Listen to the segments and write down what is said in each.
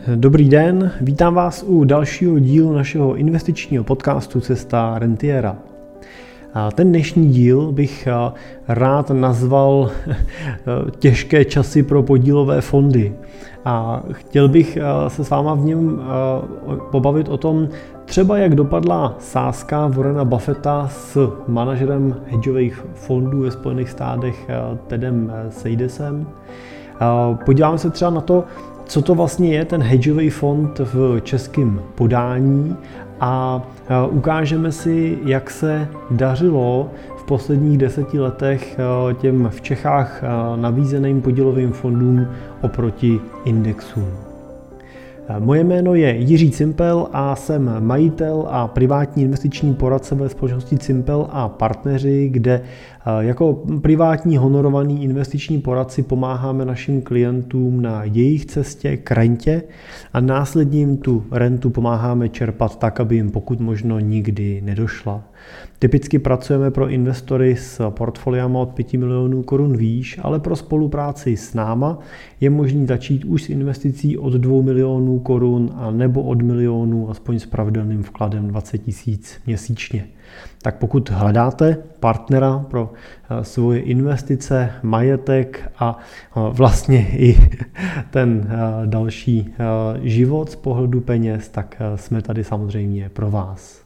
Dobrý den, vítám vás u dalšího dílu našeho investičního podcastu Cesta rentiera. Ten dnešní díl bych rád nazval Těžké časy pro podílové fondy. A chtěl bych se s váma v něm pobavit o tom, třeba jak dopadla sázka Warrena Buffetta s manažerem hedžových fondů ve Spojených státech Tedem Seidesem. Podíváme se třeba na to, co to vlastně je ten hedžový fond v českém podání a ukážeme si, jak se dařilo v posledních 10 letech těm v Čechách nabízeným podílovým fondům oproti indexům. Moje jméno je Jiří Cimpel a jsem majitel a privátní investiční poradce ve společnosti Cimpel a partneři, kde jako privátní honorovaný investiční poradci pomáháme našim klientům na jejich cestě k rentě a následně jim tu rentu pomáháme čerpat tak, aby jim pokud možno nikdy nedošla. Typicky pracujeme pro investory s portfoliama od 5 milionů korun výš, ale pro spolupráci s náma je možné začít už s investicí od 2 milionů korun a nebo od milionu, aspoň s pravidelným vkladem 20 000 měsíčně. Tak pokud hledáte partnera pro svoje investice, majetek a vlastně i ten další život z pohledu peněz, tak jsme tady samozřejmě pro vás.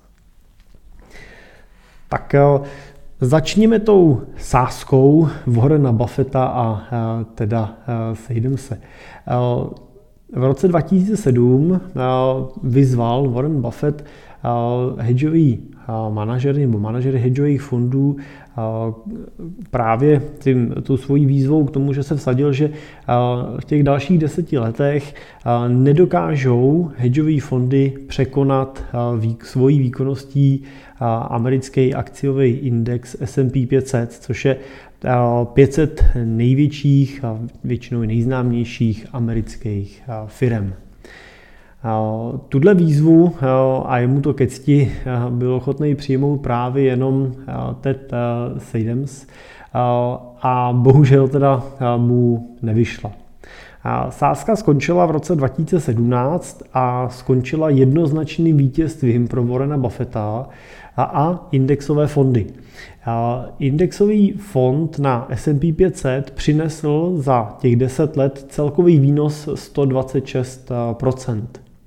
Tak začněme tou sázkou Warrena Buffetta a teda Seidemse. V roce 2007 vyzval Warren Buffett hedžový manažery nebo manažery hedžových fondů právě tou svojí výzvou k tomu, že se vsadil, že v těch dalších 10 letech nedokážou hedžové fondy překonat svojí výkonností americký akciový index S&P 500, což je 500 největších a většinou nejznámějších amerických firem. Tuhle výzvu, a jemu to ke cti, byl ochotný přijmout právě jenom Ted Seidems a bohužel teda mu nevyšla. Sázka skončila v roce 2017 a skončila jednoznačným vítězstvím pro Warrena Buffetta a indexové fondy. Indexový fond na S&P 500 přinesl za těch 10 let celkový výnos 126%.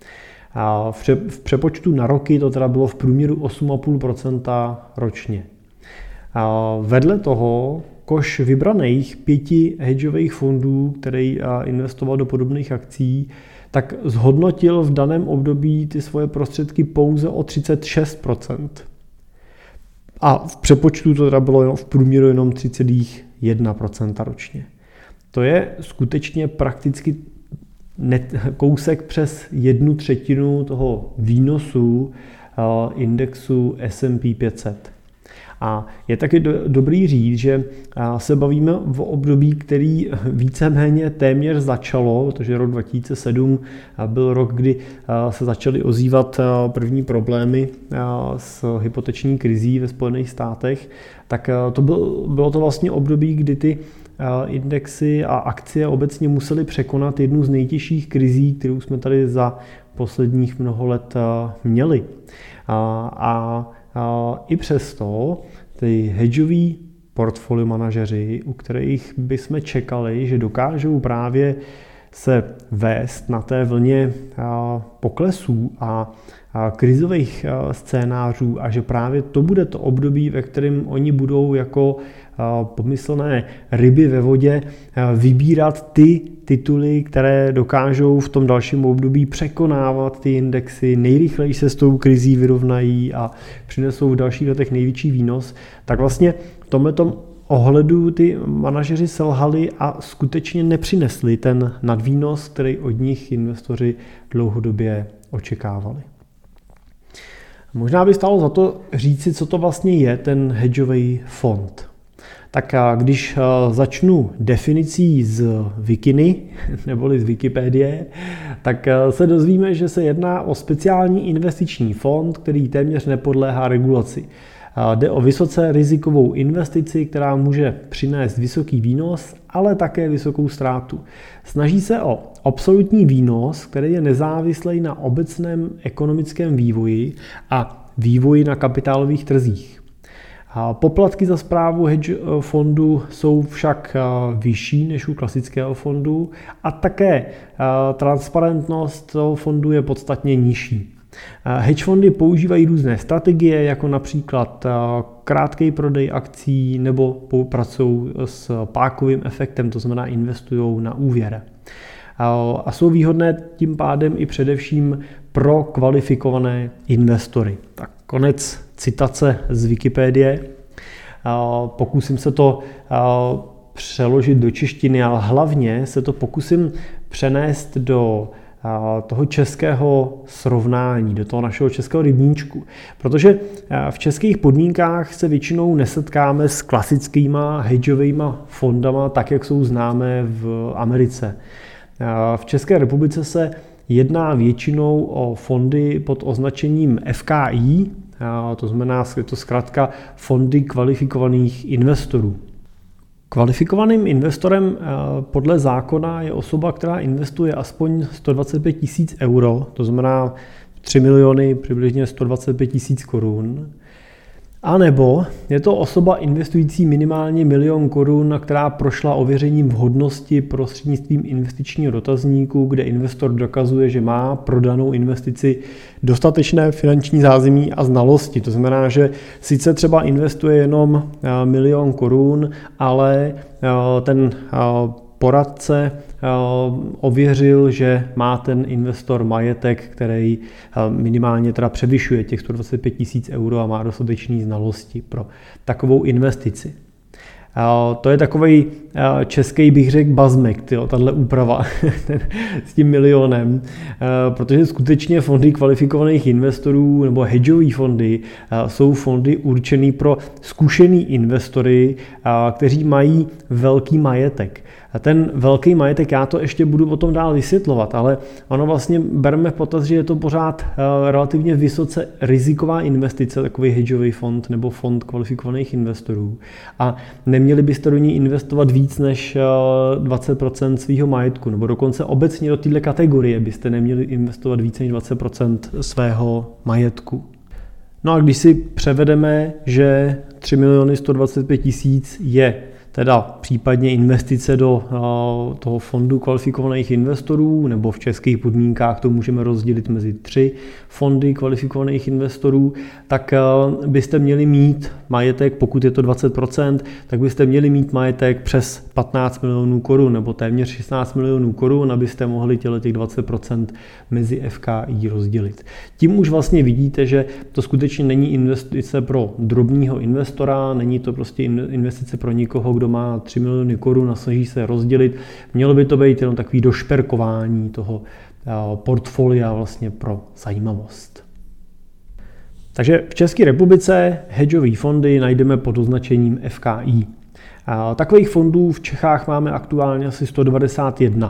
V přepočtu na roky to teda bylo v průměru 8,5% ročně. Vedle toho koš vybraných 5 hedžových fondů, který investoval do podobných akcí, tak zhodnotil v daném období ty svoje prostředky pouze o 36%. A v přepočtu to teda bylo v průměru jenom 3,1% ročně. To je skutečně prakticky kousek přes 1/3 toho výnosu indexu S&P 500. A je taky dobrý říct, že se bavíme v období, který víceméně téměř začalo, protože rok 2007 byl rok, kdy se začaly ozývat první problémy s hypoteční krizí ve Spojených státech, tak bylo to vlastně období, kdy ty indexy a akcie obecně musely překonat jednu z nejtěžších krizí, kterou jsme tady za posledních mnoho let měli. I přesto ty hedžoví portfolio manažeři, u kterých bychom čekali, že dokážou právě se vést na té vlně poklesů a krizových scénářů a že právě to bude to období, ve kterém oni budou jako pomyslné ryby ve vodě vybírat ty tituly, které dokážou v tom dalším období překonávat ty indexy, nejrychleji se s tou krizí vyrovnají a přinesou v dalších letech největší výnos, tak vlastně v tomhletom ohledu ty manažeři selhali a skutečně nepřinesli ten nadvýnos, který od nich investoři dlouhodobě očekávali. Možná by stálo za to říci, co to vlastně je ten hedžový fond. Tak když začnu definicí z Wikiny, neboli z Wikipedie, tak se dozvíme, že se jedná o speciální investiční fond, který téměř nepodléhá regulaci. Jde o vysoce rizikovou investici, která může přinést vysoký výnos, ale také vysokou ztrátu. Snaží se o absolutní výnos, který je nezávislý na obecném ekonomickém vývoji a vývoji na kapitálových trzích. Poplatky za správu hedge fondu jsou však vyšší než u klasického fondu a také transparentnost toho fondu je podstatně nižší. Hedge fondy používají různé strategie, jako například krátký prodej akcí nebo pracují s pákovým efektem, to znamená investují na úvěr. A jsou výhodné tím pádem i především pro kvalifikované investory. Tak konec citace z Wikipedie. Pokusím se to přeložit do češtiny, ale hlavně se to pokusím přenést do toho českého srovnání, do toho našeho českého rybníčku. Protože v českých podmínkách se většinou nesetkáme s klasickýma hedžovýma fondama, tak jak jsou známé v Americe. V České republice se jedná většinou o fondy pod označením FKI, to znamená, je to zkrátka fondy kvalifikovaných investorů. Kvalifikovaným investorem podle zákona je osoba, která investuje aspoň 125 000 euro, to znamená 3 miliony, přibližně 125 000 korun. A nebo je to osoba investující minimálně 1 000 000 korun, která prošla ověřením vhodnosti prostřednictvím investičního dotazníku, kde investor dokazuje, že má pro danou investici dostatečné finanční zázemí a znalosti. To znamená, že sice třeba investuje jenom 1 000 000 korun, ale ten poradce ověřil, že má ten investor majetek, který minimálně teda převyšuje těch 125 000 euro a má dostatečné znalosti pro takovou investici. To je takovej český, bych řekl, bazmek, tahle úprava s tím 1 000 000, protože skutečně fondy kvalifikovaných investorů nebo hedžové fondy jsou fondy určený pro zkušený investory, kteří mají velký majetek. A ten velký majetek, já to ještě budu o tom dál vysvětlovat, ale ono vlastně bereme v potaz, že je to pořád relativně vysoce riziková investice, takový hedžový fond nebo fond kvalifikovaných investorů. A neměli byste do ní investovat víc než 20% svého majetku, nebo dokonce obecně do této kategorie byste neměli investovat víc než 20% svého majetku. No a když si převedeme, že 3 125 000 je teda případně investice do toho fondu kvalifikovaných investorů, nebo v českých podmínkách to můžeme rozdělit mezi 3 fondy kvalifikovaných investorů, tak byste měli mít majetek, pokud je to 20%, tak byste měli mít majetek přes 15 milionů korun, nebo téměř 16 milionů korun, abyste mohli těch 20% mezi FKI rozdělit. Tím už vlastně vidíte, že to skutečně není investice pro drobného investora, není to prostě investice pro někoho, kdo má 3 miliony korun a snaží se rozdělit. Mělo by to být jenom takový došperkování toho portfolia vlastně pro zajímavost. Takže v České republice hedžové fondy najdeme pod označením FKI. Takových fondů v Čechách máme aktuálně asi 191.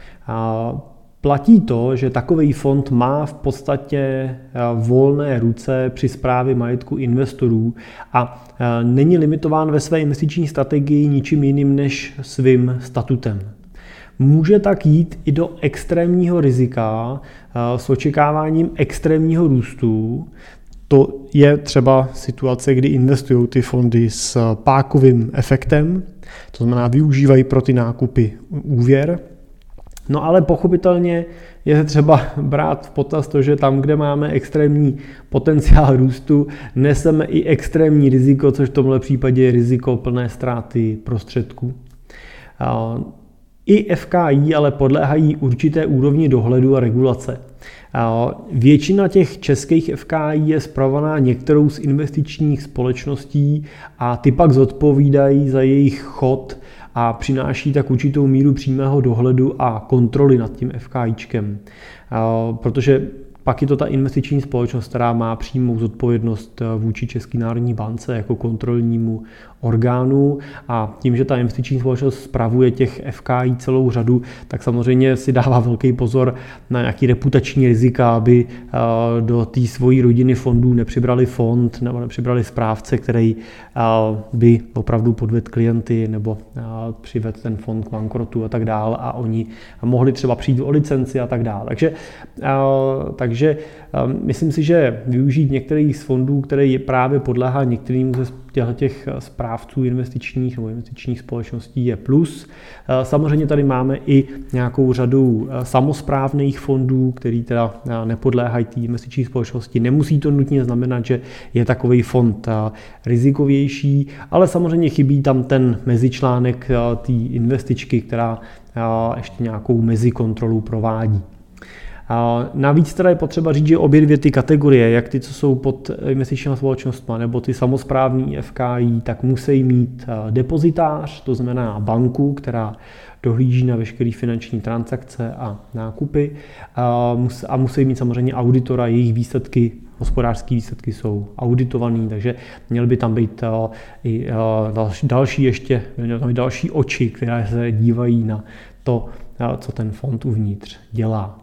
Platí to, že takový fond má v podstatě volné ruce při správě majetku investorů a není limitován ve své investiční strategii ničím jiným než svým statutem. Může tak jít i do extrémního rizika s očekáváním extrémního růstu. To je třeba situace, kdy investují ty fondy s pákovým efektem, to znamená využívají pro ty nákupy úvěr. No ale pochopitelně je třeba brát v potaz to, že tam, kde máme extrémní potenciál růstu, neseme i extrémní riziko, což v tomhle případě je riziko plné ztráty prostředků. I FKI ale podléhají určité úrovni dohledu a regulace. Většina těch českých FKI je spravovaná některou z investičních společností a ty pak zodpovídají za jejich chod a přináší tak určitou míru přímého dohledu a kontroly nad tím FKIčkem. Protože Pak je to ta investiční společnost, která má přímou zodpovědnost vůči České národní bance jako kontrolnímu orgánu, a tím, že ta investiční společnost spravuje těch FKI celou řadu, tak samozřejmě si dává velký pozor na nějaký reputační rizika, aby do té svojí rodiny fondů nepřibrali fond nebo nepřibrali správce, který by opravdu podvedl klienty nebo přivedl ten fond k bankrotu a tak dále, a oni mohli třeba přijít o licenci a tak dále. Takže myslím si, že využít některých z fondů, který právě podléhá některým ze těch správců investičních nebo investičních společností, je plus. Samozřejmě tady máme i nějakou řadu samosprávných fondů, který teda nepodléhají té investiční společnosti. Nemusí to nutně znamenat, že je takový fond rizikovější, ale samozřejmě chybí tam ten mezičlánek té investičky, která ještě nějakou mezikontrolu provádí. Navíc teda je potřeba říct, že obě dvě ty kategorie, jak ty, co jsou pod investičními společnostmi, nebo ty samosprávní FKI, tak musí mít depozitář, to znamená banku, která dohlíží na veškeré finanční transakce a nákupy, a musí mít samozřejmě auditora, jejich výsledky, hospodářské výsledky jsou auditované, takže měly by tam být i další oči, které se dívají na to, co ten fond uvnitř dělá.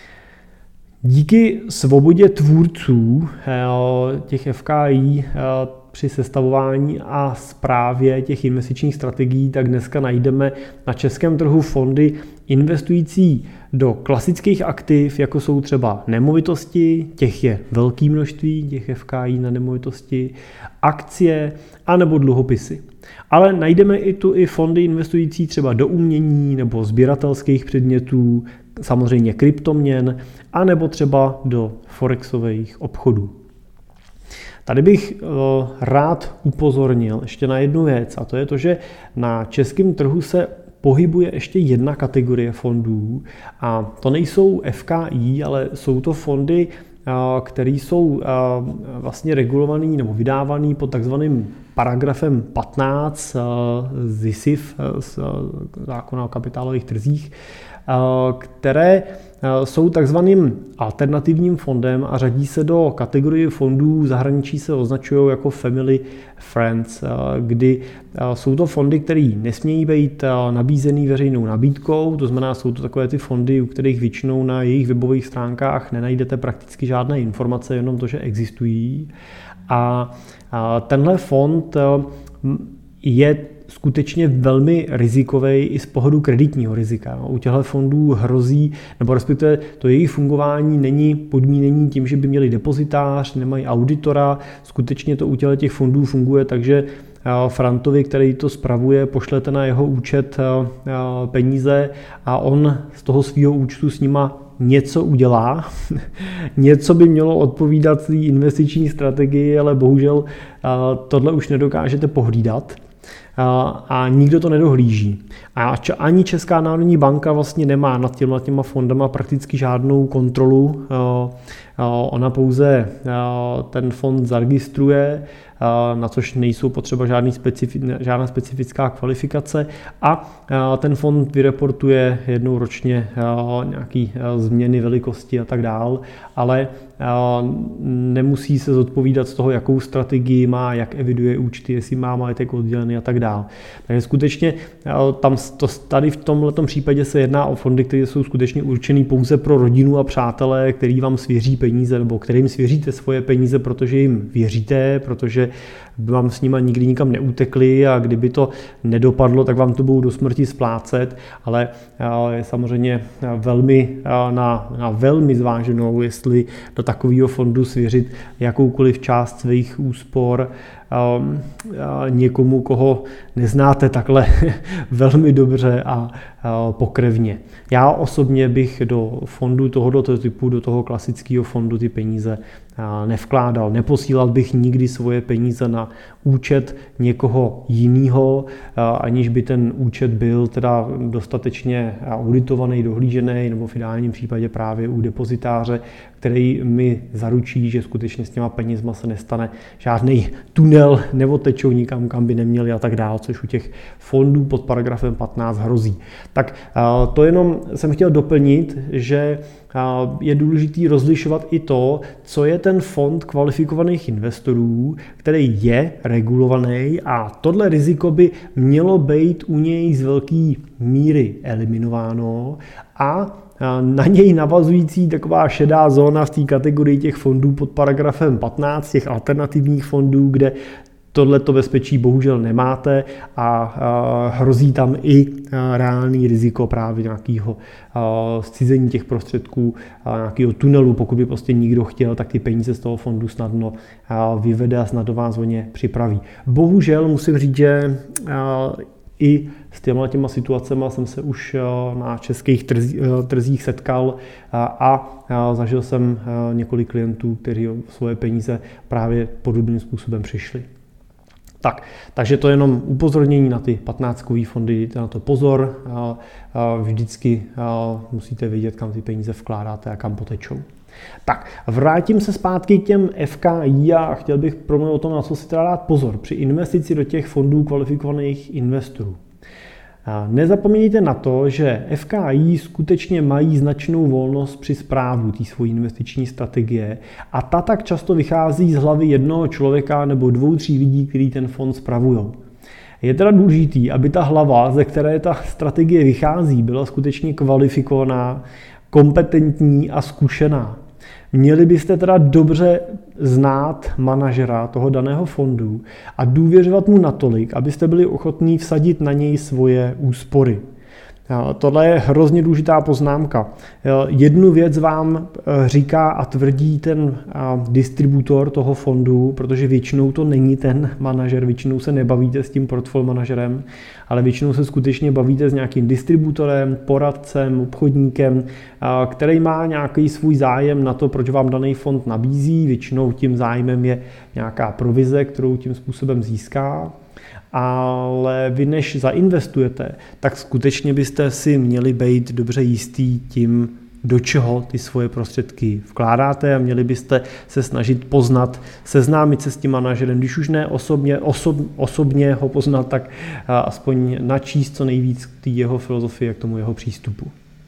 Díky svobodě tvůrců těch FKI při sestavování a správě těch investičních strategií, tak dneska najdeme na českém trhu fondy investující do klasických aktiv, jako jsou třeba nemovitosti, těch je velké množství, těch FKI na nemovitosti, akcie anebo dluhopisy. Ale najdeme i fondy investující třeba do umění nebo sběratelských předmětů, samozřejmě kryptoměn, anebo třeba do forexových obchodů. Tady bych rád upozornil ještě na jednu věc, a to je to, že na českém trhu se pohybuje ještě jedna kategorie fondů, a to nejsou FKI, ale jsou to fondy, které jsou vlastně regulovaný nebo vydávaný pod takzvaným paragrafem 15 ZISIF, z zákona o kapitálových trzích, které jsou takzvaným alternativním fondem a řadí se do kategorie fondů, v zahraničí se označují jako family friends, kdy jsou to fondy, které nesmějí být nabízený veřejnou nabídkou, to znamená, jsou to takové ty fondy, u kterých většinou na jejich webových stránkách nenajdete prakticky žádné informace, jenom to, že existují. A tenhle fond je skutečně velmi rizikový i z pohledu kreditního rizika. U těchto fondů hrozí, nebo respektive to jejich fungování není podmínění tím, že by měli depozitář, nemají auditora. Skutečně to u těch fondů funguje tak, že Frantovi, který to spravuje, pošlete na jeho účet peníze a on z toho svého účtu s nima něco udělá. Něco by mělo odpovídat té investiční strategii, ale bohužel tohle už nedokážete pohlídat. A nikdo to nedohlíží. A ani Česká národní banka vlastně nemá nad těma fondama prakticky žádnou kontrolu. Ona pouze ten fond zaregistruje, na což nejsou potřeba žádná specifická kvalifikace, a ten fond vyreportuje jednou ročně nějaký změny velikosti a tak dál, ale nemusí se zodpovídat z toho, jakou strategii má, jak eviduje účty, jestli má majetek oddělený a tak dál. Takže skutečně tady v tomhletom případě se jedná o fondy, které jsou skutečně určený pouze pro rodinu a přátelé, který vám svěří peníze, nebo kterým svěříte svoje peníze, protože jim věříte, protože vám s nima nikdy nikam neutekli, a kdyby to nedopadlo, tak vám to budou do smrti splácet, ale je samozřejmě velmi na velmi zváženou, jestli do takového fondu svěřit jakoukoliv část svých úspor někomu, koho neznáte takhle velmi dobře a pokrevně. Já osobně bych do fondu tohoto typu, do toho klasického fondu ty peníze nevkládal. Neposílal bych nikdy svoje peníze na účet někoho jiného, aniž by ten účet byl teda dostatečně auditovaný, dohlížený, nebo v ideálním případě právě u depozitáře, který mi zaručí, že skutečně s těma penězma se nestane žádný tunel, nebo tečou nikam, kam by neměli a tak dál, což u těch fondů pod paragrafem 15 hrozí. Tak to jenom jsem chtěl doplnit, že je důležité rozlišovat i to, co je ten fond kvalifikovaných investorů, který je regulovaný, a tohle riziko by mělo být u něj z velké míry eliminováno a na něj navazující taková šedá zóna v té kategorii těch fondů pod paragrafem 15, těch alternativních fondů, kde tohleto bezpečí bohužel nemáte a hrozí tam i reálný riziko právě nějakého zcizení těch prostředků, nějakého tunelu. Pokud by prostě nikdo chtěl, tak ty peníze z toho fondu snadno vyvede a snadno vás o ně připraví. Bohužel musím říct, že i s těma situacemi jsem se už na českých trzích setkal a zažil jsem několik klientů, kteří o svoje peníze právě podobným způsobem přišli. Takže to je jenom upozornění na ty 15kový fondy, na to pozor, vždycky musíte vědět, kam ty peníze vkládáte a kam potečou. Tak, vrátím se zpátky k těm FKI a chtěl bych promluvit o tom, na co si teda dát pozor při investici do těch fondů kvalifikovaných investorů. Nezapomeňte na to, že FKI skutečně mají značnou volnost při správu té svojí investiční strategie a ta tak často vychází z hlavy jednoho člověka nebo 2-3 lidí, kteří ten fond spravují. Je teda důležitý, aby ta hlava, ze které ta strategie vychází, byla skutečně kvalifikovaná, kompetentní a zkušená. Měli byste teda dobře znát manažera toho daného fondu a důvěřovat mu natolik, abyste byli ochotní vsadit na něj svoje úspory. Tohle je hrozně důležitá poznámka. Jednu věc vám říká a tvrdí ten distributor toho fondu, protože většinou to není ten manažer, většinou se nebavíte s tím portfolio manažerem, ale většinou se skutečně bavíte s nějakým distributorem, poradcem, obchodníkem, který má nějaký svůj zájem na to, proč vám daný fond nabízí. Většinou tím zájmem je nějaká provize, kterou tím způsobem získá. Ale vy než zainvestujete, tak skutečně byste si měli být dobře jistý tím, do čeho ty svoje prostředky vkládáte, a měli byste se snažit poznat, seznámit se s tím manažerem, když už ne osobně ho poznat, tak aspoň načíst co nejvíc k té jeho filozofii a k tomu jeho přístupu.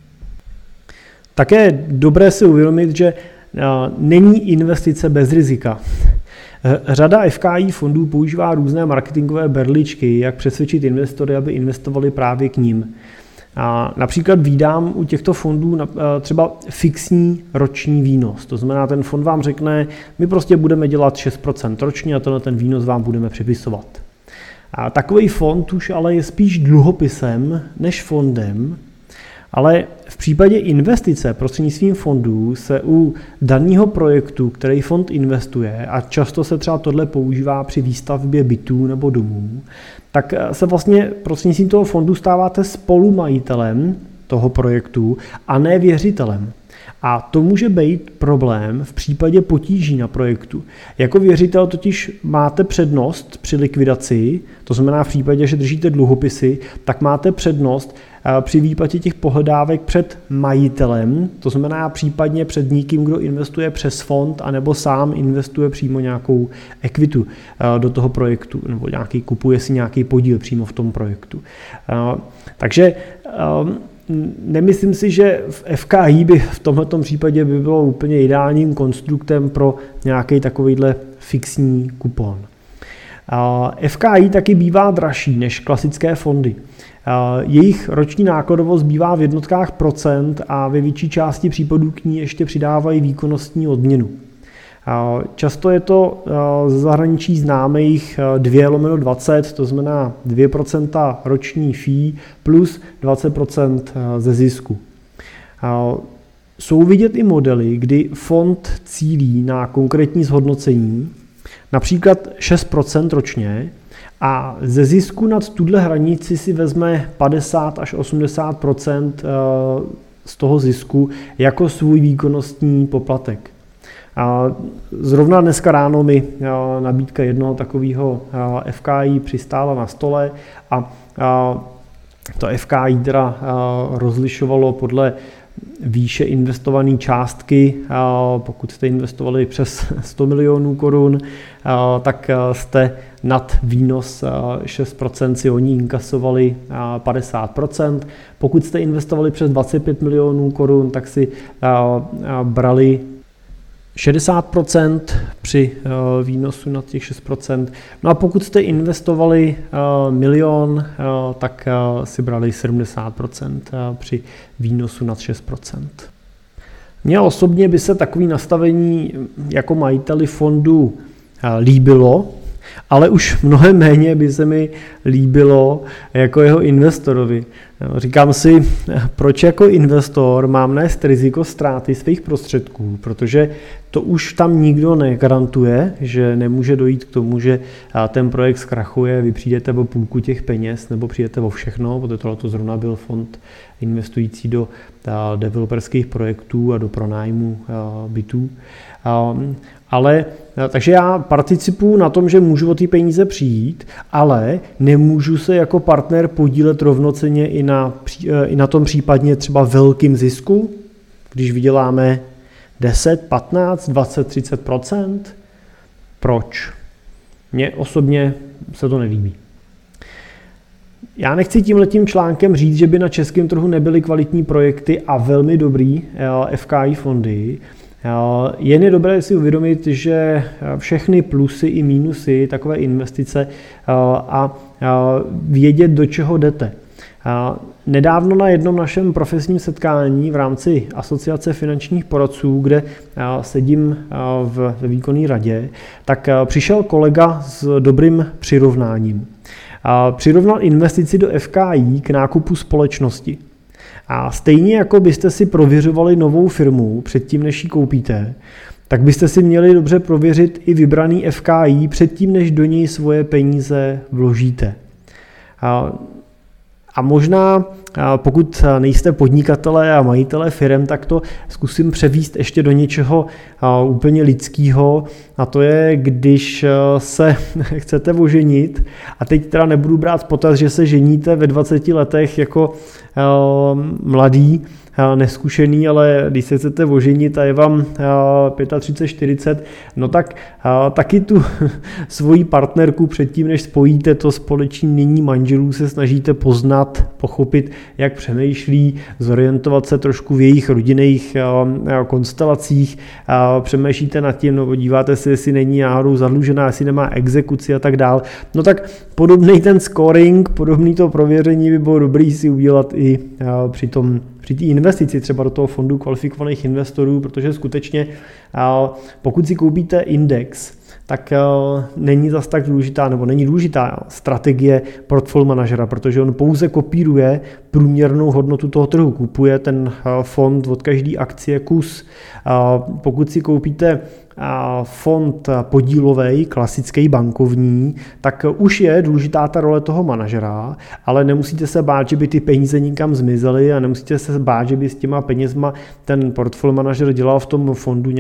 Také je dobré si uvědomit, že není investice bez rizika. Řada FKI fondů používá různé marketingové berličky, jak přesvědčit investory, aby investovali právě k nim. A například vídám u těchto fondů třeba fixní roční výnos. To znamená, ten fond vám řekne, my prostě budeme dělat 6% ročně a ten výnos vám budeme připisovat. A takový fond už ale je spíš dluhopisem než fondem, ale v případě investice prostřednictvím fondů se u daného projektu, který fond investuje, a často se třeba tohle používá při výstavbě bytů nebo domů, tak se vlastně prostřednictvím toho fondu stáváte spolumajitelem toho projektu a ne věřitelem. A to může být problém v případě potíží na projektu. Jako věřitel totiž máte přednost při likvidaci, to znamená v případě, že držíte dluhopisy, tak máte přednost při výplatě těch pohledávek před majitelem, to znamená případně před někým, kdo investuje přes fond, anebo sám investuje přímo nějakou ekvitu do toho projektu, nebo kupuje si nějaký podíl přímo v tom projektu. Takže nemyslím si, že v FKI by v tomto případě by bylo úplně ideálním konstruktem pro nějaký takovýhle fixní kupon. FKI taky bývá dražší než klasické fondy. Jejich roční nákladovost bývá v jednotkách procent a ve větší části případů k ní ještě přidávají výkonnostní odměnu. Často je to z zahraničí známých 2/20, to znamená 2% roční fee plus 20% ze zisku. Jsou vidět i modely, kdy fond cílí na konkrétní zhodnocení, například 6% ročně, a ze zisku nad tuhle hranici si vezme 50 až 80% z toho zisku jako svůj výkonnostní poplatek. Zrovna dneska ráno mi nabídka jednoho takového FKI přistála na stole a to FKI teda rozlišovalo podle výše investované částky, pokud jste investovali přes 100 milionů korun, tak jste nad výnos 6% si oni inkasovali 50%. Pokud jste investovali přes 25 milionů korun, tak si brali 60% při výnosu na těch 6%. No a pokud jste investovali milion, tak si brali 70% při výnosu nad 6%. Mně osobně by se takový nastavení jako majiteli fondu líbilo, ale už mnohem méně by se mi líbilo jako jeho investorovi. Říkám si, proč jako investor mám nést riziko ztráty svých prostředků, protože to už tam nikdo negarantuje, že nemůže dojít k tomu, že ten projekt zkrachuje, vy přijdete o půlku těch peněz nebo přijdete o všechno, protože tohle zrovna byl fond investující do developerských projektů a do pronájmu bytů. Takže já participuji na tom, že můžu o ty peníze přijít, ale nemůžu se jako partner podílet rovnocenně i na tom případně třeba velkým zisku, když vyděláme 10, 15, 20, 30%. Proč? Mně osobně se to nelíbí. Já nechci tímhletím článkem říct, že by na českém trhu nebyly kvalitní projekty a velmi dobrý FKI fondy. Jen je dobré si uvědomit, že všechny plusy i mínusy takové investice a vědět, do čeho jdete. Nedávno na jednom našem profesním setkání v rámci Asociace finančních poradců, kde sedím ve výkonné radě, tak přišel kolega s dobrým přirovnáním. Přirovnal investici do FKI k nákupu společnosti. A stejně jako byste si prověřovali novou firmu předtím, než ji koupíte, tak byste si měli dobře prověřit i vybraný FKI předtím, než do něj svoje peníze vložíte. A možná, pokud nejste podnikatelé a majitelé firem, tak to zkusím převést ještě do něčeho úplně lidského. A to je, když se chcete oženit, a teď teda nebudu brát v potaz, že se ženíte ve 20 letech jako mladý, neskušený, ale když se chcete oženit a je vám 35, 40, no tak taky tu svoji partnerku předtím, než spojíte to společné nyní manželů, se snažíte poznat, pochopit, jak přemýšlí, zorientovat se trošku v jejich rodinných konstelacích, přemýšlíte nad tím, no díváte se, jestli není náhodou zadlužená, jestli nemá exekuci a tak dál. No tak podobný ten scoring, podobný to prověření by bylo dobrý si udělat i při té investici třeba do toho fondu kvalifikovaných investorů, protože skutečně pokud si koupíte index, tak není zas tak důležitá, nebo není důležitá strategie portfolio manažera, protože on pouze kopíruje průměrnou hodnotu toho trhu, kupuje ten fond od každé akcie kus. Pokud si koupíte fond podílový, klasický bankovní, tak už je důležitá ta role toho manažera, ale nemusíte se bát, že by ty peníze nikam zmizely a nemusíte se bát, že by s těma penězma ten portfolio manažer dělal v tom fondu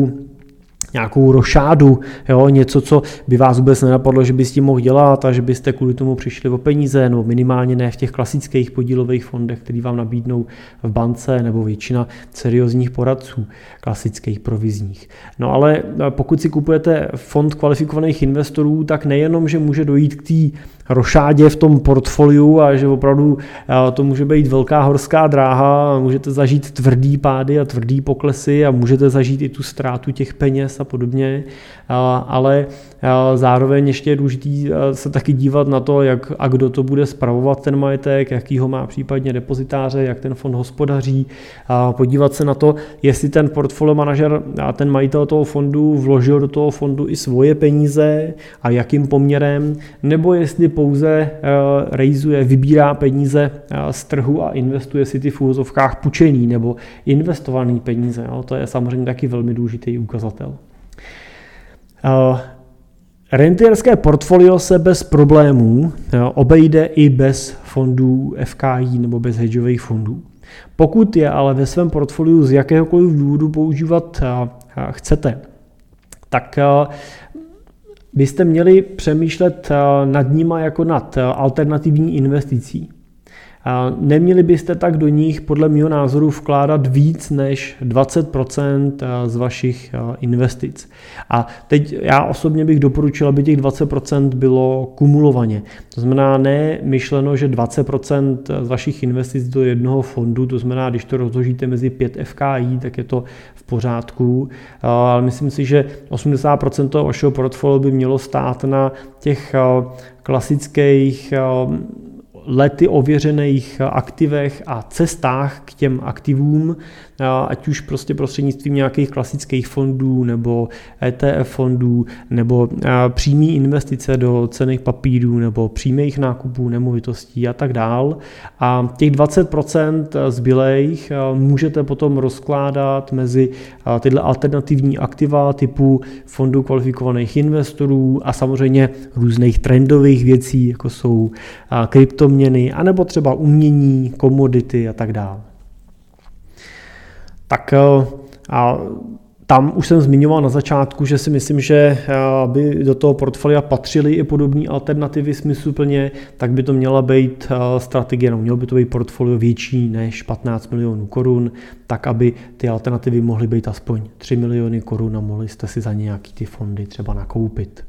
nějakou rošádu, jo, něco, co by vás vůbec nenapadlo, že by s tím mohl dělat a že byste kvůli tomu přišli o peníze, nebo minimálně ne v těch klasických podílových fondech, který vám nabídnou v bance nebo většina seriózních poradců, klasických provizních. No ale pokud si kupujete fond kvalifikovaných investorů, tak nejenom, že může dojít k té rošádě v tom portfoliu a že opravdu to může být velká horská dráha, můžete zažít tvrdý pády a tvrdý poklesy a můžete zažít i tu ztrátu těch peněz a podobně, ale zároveň ještě je důležité se taky dívat na to, jak a kdo to bude spravovat ten majetek, jaký ho má případně depozitáře, jak ten fond hospodaří, podívat se na to, jestli ten portfolio manažer a ten majitel toho fondu vložil do toho fondu i svoje peníze a jakým poměrem, nebo jestli pouze vybírá peníze z trhu a investuje si ty v úvozovkách půjčený nebo investovaný peníze. Jo? To je samozřejmě taky velmi důležitý ukazatel. Rentierské portfolio se bez problémů obejde i bez fondů FKI nebo bez hedžových fondů. Pokud je ale ve svém portfoliu z jakéhokoliv důvodu používat chcete, tak byste měli přemýšlet nad nima jako nad alternativní investicí. Neměli byste tak do nich podle mého názoru vkládat víc než 20% z vašich investic. A teď já osobně bych doporučil, aby těch 20% bylo kumulovaně. To znamená ne myšleno, že 20% z vašich investic do jednoho fondu, to znamená, když to rozložíte mezi 5 FKI, tak je to v pořádku. Ale myslím si, že 80% toho vašeho portfolia by mělo stát na těch klasických lety ověřených aktivech a cestách k těm aktivům, ať už prostě prostřednictvím nějakých klasických fondů nebo ETF fondů nebo přímý investice do cenných papírů nebo přímých nákupů nemovitostí a tak dál. A těch 20% zbylejch můžete potom rozkládat mezi tyhle alternativní aktiva typu fondů kvalifikovaných investorů a samozřejmě různých trendových věcí, jako jsou kryptoměny, anebo třeba umění, komodity a tak dále. Tak a tam už jsem zmiňoval na začátku, že si myslím, že aby do toho portfolia patřily i podobné alternativy smysluplně, tak by to měla být strategie, mělo by to být portfolio větší než 15 milionů korun, tak aby ty alternativy mohly být aspoň 3 miliony korun a mohli jste si za nějaký ty fondy třeba nakoupit.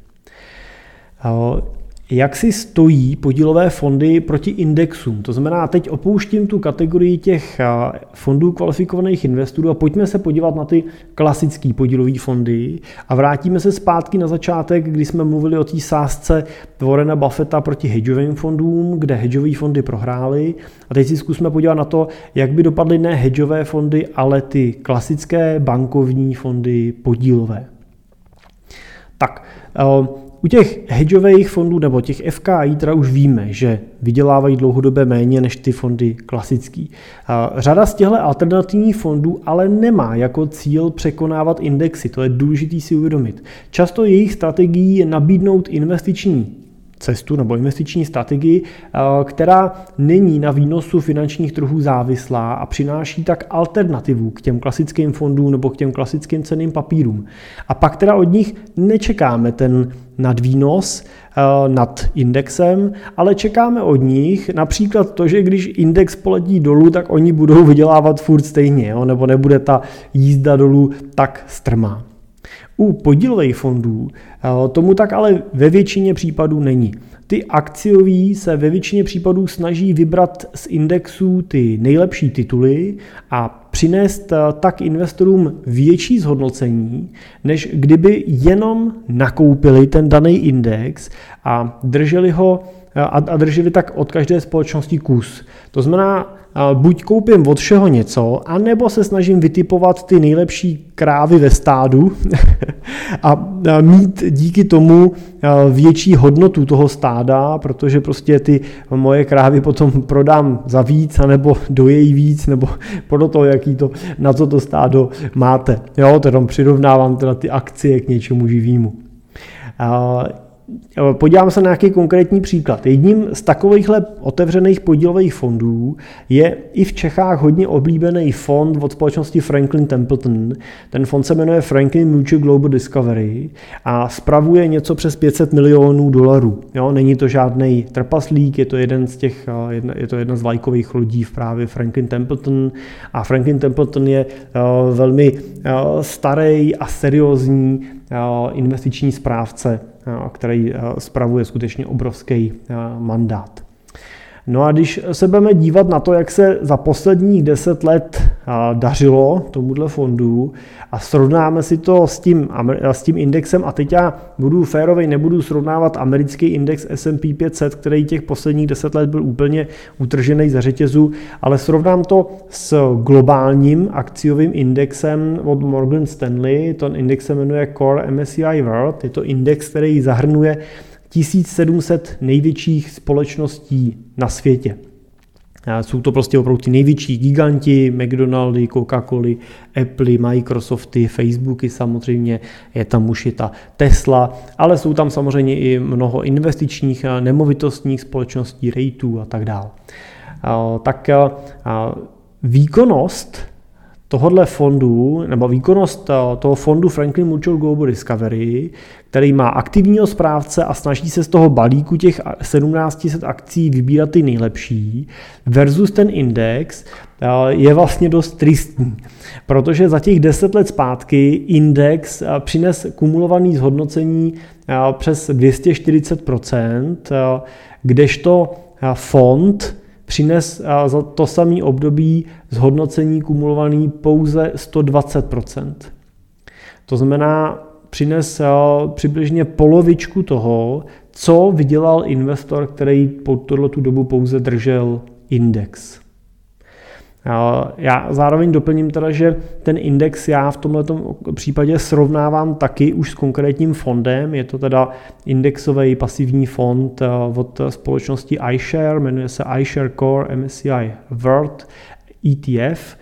Jak si stojí podílové fondy proti indexům? To znamená, teď opouštím tu kategorii těch fondů kvalifikovaných investorů a pojďme se podívat na ty klasické podílové fondy a vrátíme se zpátky na začátek, kdy jsme mluvili o té sázce Warrena Buffetta proti hedžovým fondům, kde hedžové fondy prohrály. A teď si zkusme podívat na to, jak by dopadly ne hedžové fondy, ale ty klasické bankovní fondy podílové. Tak, u těch hedžových fondů nebo těch FKI teda už víme, že vydělávají dlouhodobě méně než ty fondy klasický. Řada z těchto alternativních fondů ale nemá jako cíl překonávat indexy, to je důležité si uvědomit. Často jejich strategií je nabídnout investiční cestu nebo investiční strategii, která není na výnosu finančních trhů závislá a přináší tak alternativu k těm klasickým fondům nebo k těm klasickým cenným papírům. A pak teda od nich nečekáme ten nadvýnos nad indexem, ale čekáme od nich například to, že když index poletí dolů, tak oni budou vydělávat furt stejně, nebo nebude ta jízda dolů tak strmá. U podílových fondů tomu tak ale ve většině případů není. Ty akciový se ve většině případů snaží vybrat z indexů ty nejlepší tituly a přinést tak investorům větší zhodnocení, než kdyby jenom nakoupili ten daný index a drželi ho a drželi tak od každé společnosti kus. To znamená, buď koupím od všeho něco, anebo se snažím vytipovat ty nejlepší krávy ve stádu a mít díky tomu větší hodnotu toho stáda, protože prostě ty moje krávy potom prodám za víc, anebo dojejí víc, nebo podle toho, na co to stádo máte. Jo, to tam přirovnávám teda ty akcie k něčemu živému. Podívám se na nějaký konkrétní příklad. Jedním z takovýchhle otevřených podílových fondů je i v Čechách hodně oblíbený fond od společnosti Franklin Templeton. Ten fond se jmenuje Franklin Mutual Global Discovery a spravuje něco přes 500 milionů dolarů. Jo, není to žádný trpaslík, je to jedna z vlajkových lodí v právě Franklin Templeton a Franklin Templeton je velmi starý a seriózní investiční správce, který spravuje skutečně obrovský mandát. No a když se budeme dívat na to, jak se za posledních 10 let dařilo tomuhle fondu a srovnáme si to s tím indexem, a teď já budu férovej, nebudu srovnávat americký index S&P 500, který těch posledních 10 let byl úplně utržený za řetězu, ale srovnám to s globálním akciovým indexem od Morgan Stanley. Ten index se jmenuje Core MSCI World. Je to index, který zahrnuje 1700 největších společností na světě. Jsou to prostě opravdu ty největší giganti, McDonaldy, Coca-Coly, Apple, Microsofty, Facebooky samozřejmě, je tam už i ta Tesla, ale jsou tam samozřejmě i mnoho investičních nemovitostních společností, REITů a tak dále. Tak výkonnost tohohle fondu, nebo výkonnost toho fondu Franklin Mutual Global Discovery, který má aktivního správce a snaží se z toho balíku těch 1700 akcí vybírat ty nejlepší, versus ten index, je vlastně dost tristní, protože za těch 10 let zpátky index přines kumulovaný zhodnocení přes 240%, kdežto fond přines za to samé období zhodnocení kumulovaný pouze 120%. To znamená, přines přibližně polovičku toho, co vydělal investor, který po tuto dobu pouze držel index. Já zároveň doplním teda, že ten index já v tomto případě srovnávám taky už s konkrétním fondem. Je to teda indexový pasivní fond od společnosti iShare, jmenuje se iShare Core MSCI World ETF.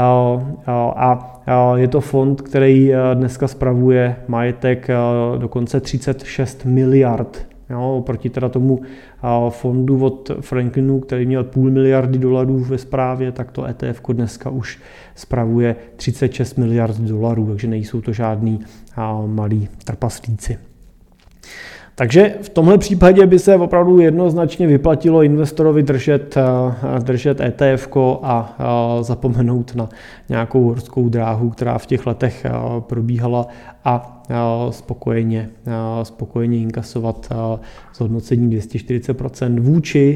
A je to fond, který dneska spravuje majetek dokonce 36 miliard. Oproti teda tomu fondu od Franklinu, který měl $500 miliardy ve správě, tak to ETF dneska už spravuje 36 miliard $, takže nejsou to žádný malí trpaslíci. Takže v tomhle případě by se opravdu jednoznačně vyplatilo investorovi držet ETF a zapomenout na nějakou horskou dráhu, která v těch letech probíhala a spokojeně inkasovat zhodnocení 240% vůči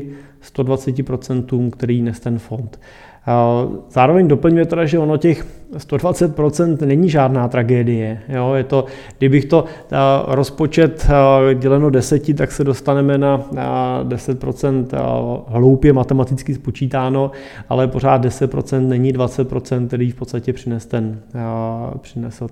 120%, který nes ten fond. Zároveň doplňuje teda, že ono těch 120% není žádná tragédie. Jo? Je to, kdybych to rozpočet děleno 10, tak se dostaneme na 10% hloupě matematicky spočítáno, ale pořád 10% není 20%, který v podstatě přinesl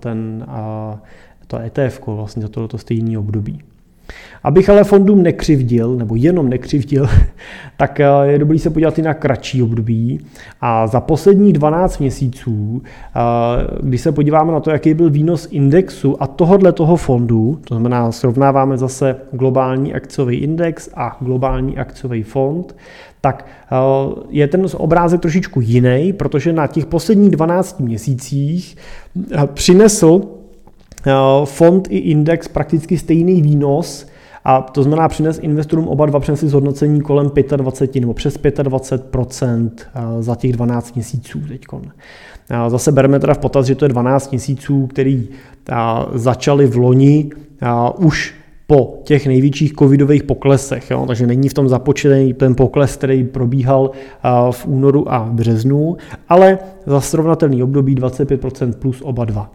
to ETF vlastně za tohoto stejné období. Abych ale fondům nekřivdil, nebo jenom nekřivdil, tak je dobré se podívat i na kratší období. A za posledních 12 měsíců, když se podíváme na to, jaký byl výnos indexu a toho fondu, to znamená srovnáváme zase globální akciový index a globální akciový fond, tak je ten obrázek trošičku jiný, protože na těch posledních 12 měsících přinesl fond i index prakticky stejný výnos, a to znamená přines investorům oba dva přinesli zhodnocení kolem 25 nebo přes 25% za těch 12 měsíců teďkon. Zase bereme teda v potaz, že to je 12 měsíců, který začaly v loni už po těch největších covidových poklesech, jo? Takže není v tom započtený ten pokles, který probíhal v únoru a březnu, ale za srovnatelný období 25% plus oba dva.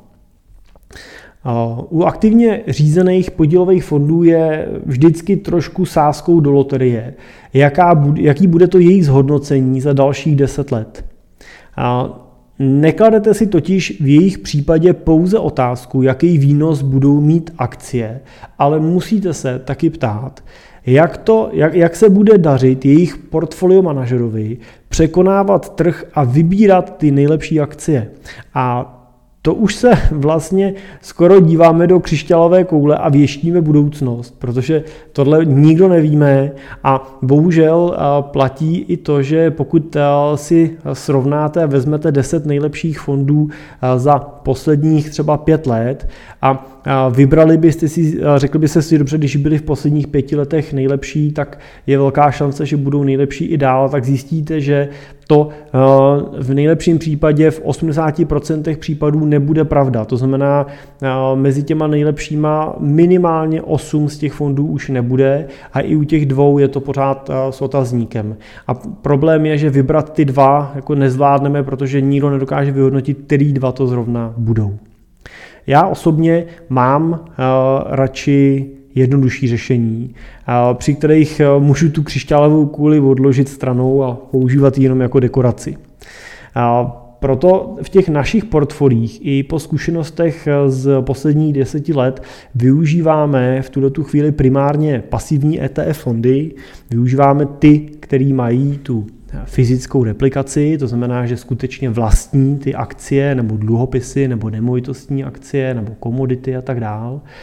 U aktivně řízených podílových fondů je vždycky trošku sázkou do loterie, jaký bude to jejich zhodnocení za dalších 10 let. Nekladete si totiž v jejich případě pouze otázku, jaký výnos budou mít akcie, ale musíte se taky ptát, jak se bude dařit jejich portfolio manažerovi překonávat trh a vybírat ty nejlepší akcie. A to už se vlastně skoro díváme do křišťálové koule a věštíme budoucnost, protože tohle nikdo nevíme a bohužel platí i to, že pokud si srovnáte a vezmete 10 nejlepších fondů za posledních třeba 5 let a vybrali byste si, řekli byste si, dobře, když byli v posledních 5 letech nejlepší, tak je velká šance, že budou nejlepší i dál, tak zjistíte, že to v nejlepším případě v 80% případů nebude pravda. To znamená, mezi těma nejlepšíma minimálně 8 z těch fondů už nebude a i u těch 2 je to pořád s otazníkem. A problém je, že vybrat ty 2 jako nezvládneme, protože nikdo nedokáže vyhodnotit, který 2 to zrovna budou. Já osobně mám radši jednodušší řešení, při kterých můžu tu křišťálovou kouli odložit stranou a používat ji jenom jako dekoraci. Proto v těch našich portfoliích i po zkušenostech z posledních 10 let využíváme v tuto chvíli primárně pasivní ETF fondy, využíváme ty, který mají tu fyzickou replikaci, to znamená, že skutečně vlastní ty akcie nebo dluhopisy nebo nemovitostní akcie nebo komodity a tak dál.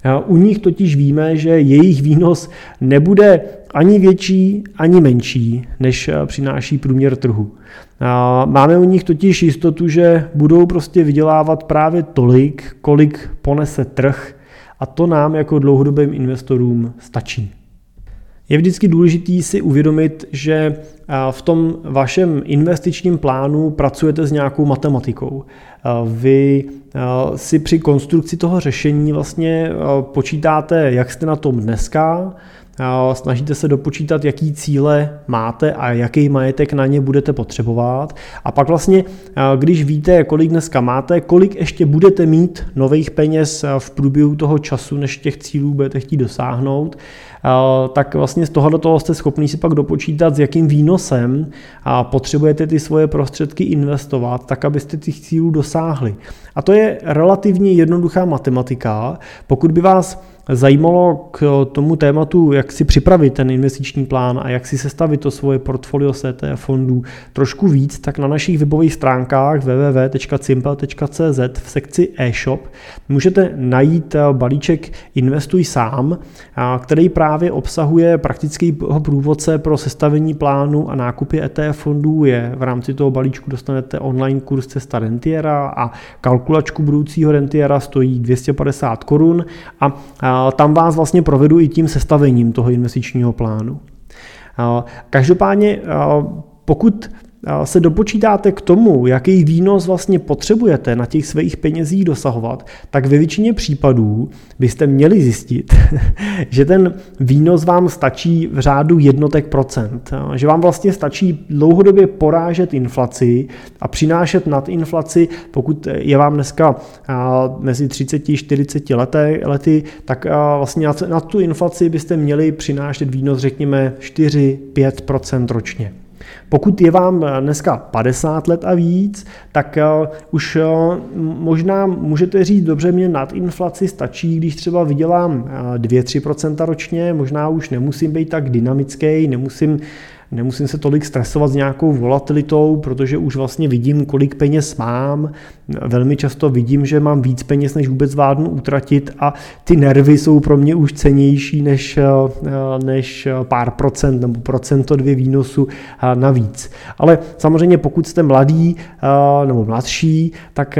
U nich totiž víme, že jejich výnos nebude ani větší, ani menší, než přináší průměr trhu. Máme u nich totiž jistotu, že budou prostě vydělávat právě tolik, kolik ponese trh, a to nám jako dlouhodobým investorům stačí. Je vždycky důležité si uvědomit, že v tom vašem investičním plánu pracujete s nějakou matematikou. Vy si při konstrukci toho řešení vlastně počítáte, jak jste na tom dneska, snažíte se dopočítat, jaký cíle máte a jaký majetek na ně budete potřebovat. A pak vlastně, když víte, kolik dneska máte, kolik ještě budete mít nových peněz v průběhu toho času, než těch cílů budete chtít dosáhnout, tak vlastně z toho jste schopni si pak dopočítat, s jakým výnosem potřebujete ty svoje prostředky investovat, tak abyste těch cílů dosáhli. A to je relativně jednoduchá matematika. Pokud by vás zajímalo k tomu tématu, jak si připravit ten investiční plán a jak si sestavit to svoje portfolio z ETF fondů trošku víc, tak na našich webových stránkách www.cimpel.cz v sekci e-shop můžete najít balíček Investuj sám, který právě obsahuje praktického průvodce pro sestavení plánu a nákupy ETF fondů. V rámci toho balíčku dostanete online kurz Cesta rentiera a kalkulačku budoucího rentiera, stojí 250 Kč a tam vás vlastně provedu i tím sestavením toho investičního plánu. Každopádně, pokud se dopočítáte k tomu, jaký výnos vlastně potřebujete na těch svých penězích dosahovat, tak ve většině případů byste měli zjistit, že ten výnos vám stačí v řádu jednotek procent. Že vám vlastně stačí dlouhodobě porážet inflaci a přinášet nad inflaci, pokud je vám dneska mezi 30-40 lety, tak vlastně nad tu inflaci byste měli přinášet výnos, řekněme, 4-5% ročně. Pokud je vám dneska 50 let a víc, tak už možná můžete říct, dobře, mě nad inflaci stačí, když třeba vydělám 2-3% ročně, možná už nemusím být tak dynamický, nemusím se tolik stresovat s nějakou volatilitou, protože už vlastně vidím, kolik peněz mám. Velmi často vidím, že mám víc peněz, než vůbec zvládnu utratit, a ty nervy jsou pro mě už cennější než pár procent nebo procento 2 výnosu navíc. Ale samozřejmě pokud jste mladý nebo mladší, tak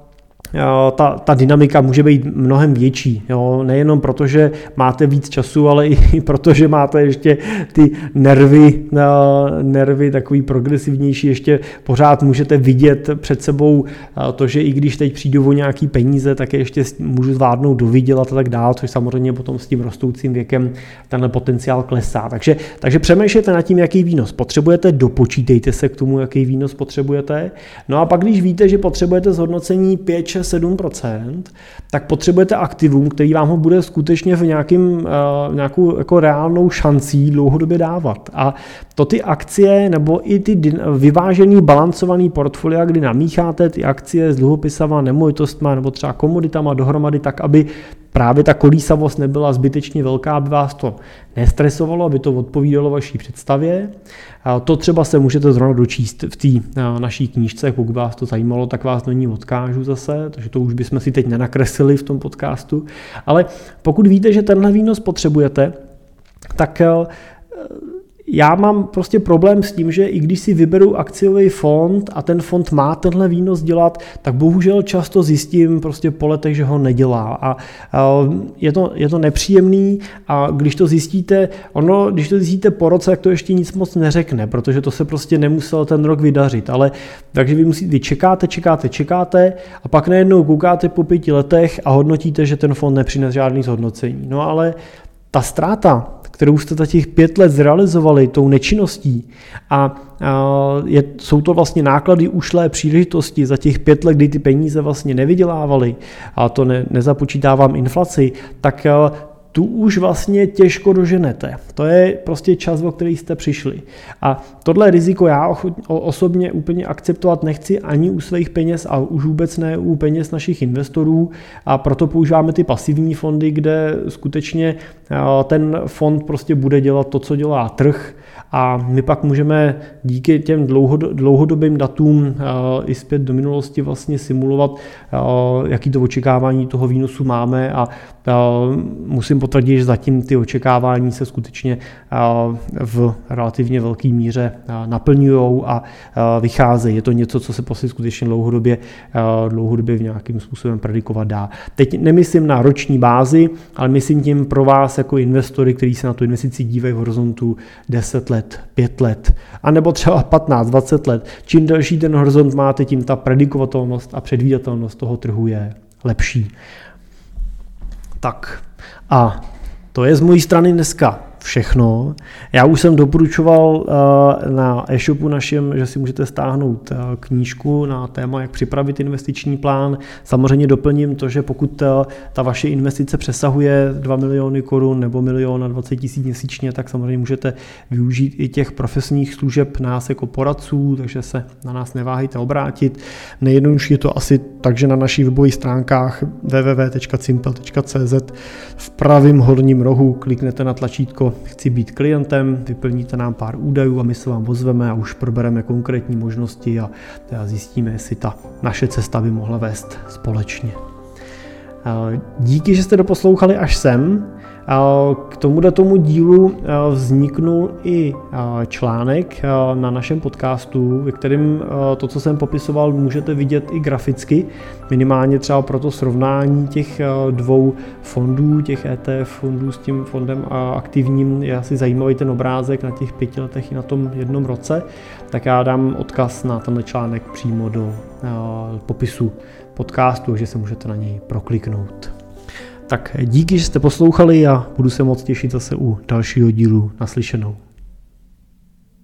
ta dynamika může být mnohem větší. Jo? Nejenom proto, že máte víc času, ale i proto, že máte ještě ty nervy takový progresivnější, ještě pořád můžete vidět před sebou to, že i když teď přijdu o nějaký peníze, tak je ještě můžu zvládnout dovydělat a tak dále, což samozřejmě potom s tím rostoucím věkem tenhle potenciál klesá. Takže přemýšlejte nad tím, jaký výnos potřebujete, dopočítejte se k tomu, jaký výnos potřebujete. No a pak, když víte, že potřebujete zhodnocení 5-7%, tak potřebujete aktivum, který vám ho bude skutečně v nějakou jako reálnou šancí dlouhodobě dávat. A to ty akcie nebo i ty vyvážený, balancovaný portfolia, kdy namícháte ty akcie s dluhopisama, nemovitostma nebo třeba komoditama dohromady tak, aby právě ta kolísavost nebyla zbytečně velká, aby vás to nestresovalo, aby to odpovídalo vaší představě. To třeba se můžete zrovna dočíst v té naší knížce, pokud vás to zajímalo, tak vás do ní odkážu zase, takže to už bychom si teď nenakreslili v tom podcastu. Ale pokud víte, že tenhle výnos potřebujete, tak já mám prostě problém s tím, že i když si vyberu akciový fond a ten fond má tenhle výnos dělat, tak bohužel často zjistím prostě po letech, že ho nedělá. A je to nepříjemný, a když to zjistíte po roce, tak to ještě nic moc neřekne, protože to se prostě nemuselo ten rok vydařit. Ale takže vy čekáte a pak najednou koukáte po 5 letech a hodnotíte, že ten fond nepřines žádný zhodnocení. No ale ta ztráta, kterou jste za těch 5 let zrealizovali tou nečinností, a jsou to vlastně náklady ušlé příležitosti za těch 5 let, kdy ty peníze vlastně nevydělávali, a to nezapočítávám inflaci, tak tu už vlastně těžko doženete. To je prostě čas, o který jste přišli. A tohle riziko já osobně úplně akceptovat nechci ani u svých peněz a už vůbec ne u peněz našich investorů, a proto používáme ty pasivní fondy, kde skutečně ten fond prostě bude dělat to, co dělá trh, a my pak můžeme díky těm dlouhodobým datům i zpět do minulosti vlastně simulovat, jaký to očekávání toho výnosu máme, a musím potvrdit, že zatím ty očekávání se skutečně v relativně velké míře naplňují a vycházejí. Je to něco, co se prostě skutečně dlouhodobě v nějakým způsobem predikovat dá. Teď nemyslím na roční bázi, ale myslím tím pro vás jako investory, kteří se na tu investici dívají v horizontu 10 let, 5 let, anebo třeba 15, 20 let. Čím delší ten horizont máte, tím ta predikovatelnost a předvídatelnost toho trhu je lepší. Tak a to je z mojí strany dneska všechno. Já už jsem doporučoval na e-shopu našem, že si můžete stáhnout knížku na téma, jak připravit investiční plán. Samozřejmě doplním to, že pokud ta vaše investice přesahuje 2 miliony korun nebo 1 020 000 měsíčně, tak samozřejmě můžete využít i těch profesních služeb nás jako poradců, takže se na nás neváhejte obrátit. Nejjednodušší je to asi takže na našich webových stránkách www.cimpel.cz v pravém horním rohu kliknete na tlačítko Chci být klientem, vyplníte nám pár údajů a my se vám ozveme a už probereme konkrétní možnosti a zjistíme, jestli ta naše cesta by mohla vést společně. Díky, že jste doposlouchali až sem. K tomu dílu vzniknul i článek na našem podcastu, ve kterém to, co jsem popisoval, můžete vidět i graficky, minimálně třeba pro to srovnání těch dvou fondů, těch ETF fondů s tím fondem aktivním. Je asi zajímavý ten obrázek na těch 5 letech i na tom 1 roce, tak já dám odkaz na tenhle článek přímo do popisu podcastu, že se můžete na něj prokliknout. Tak díky, že jste poslouchali a budu se moc těšit zase u dalšího dílu. Naslyšenou.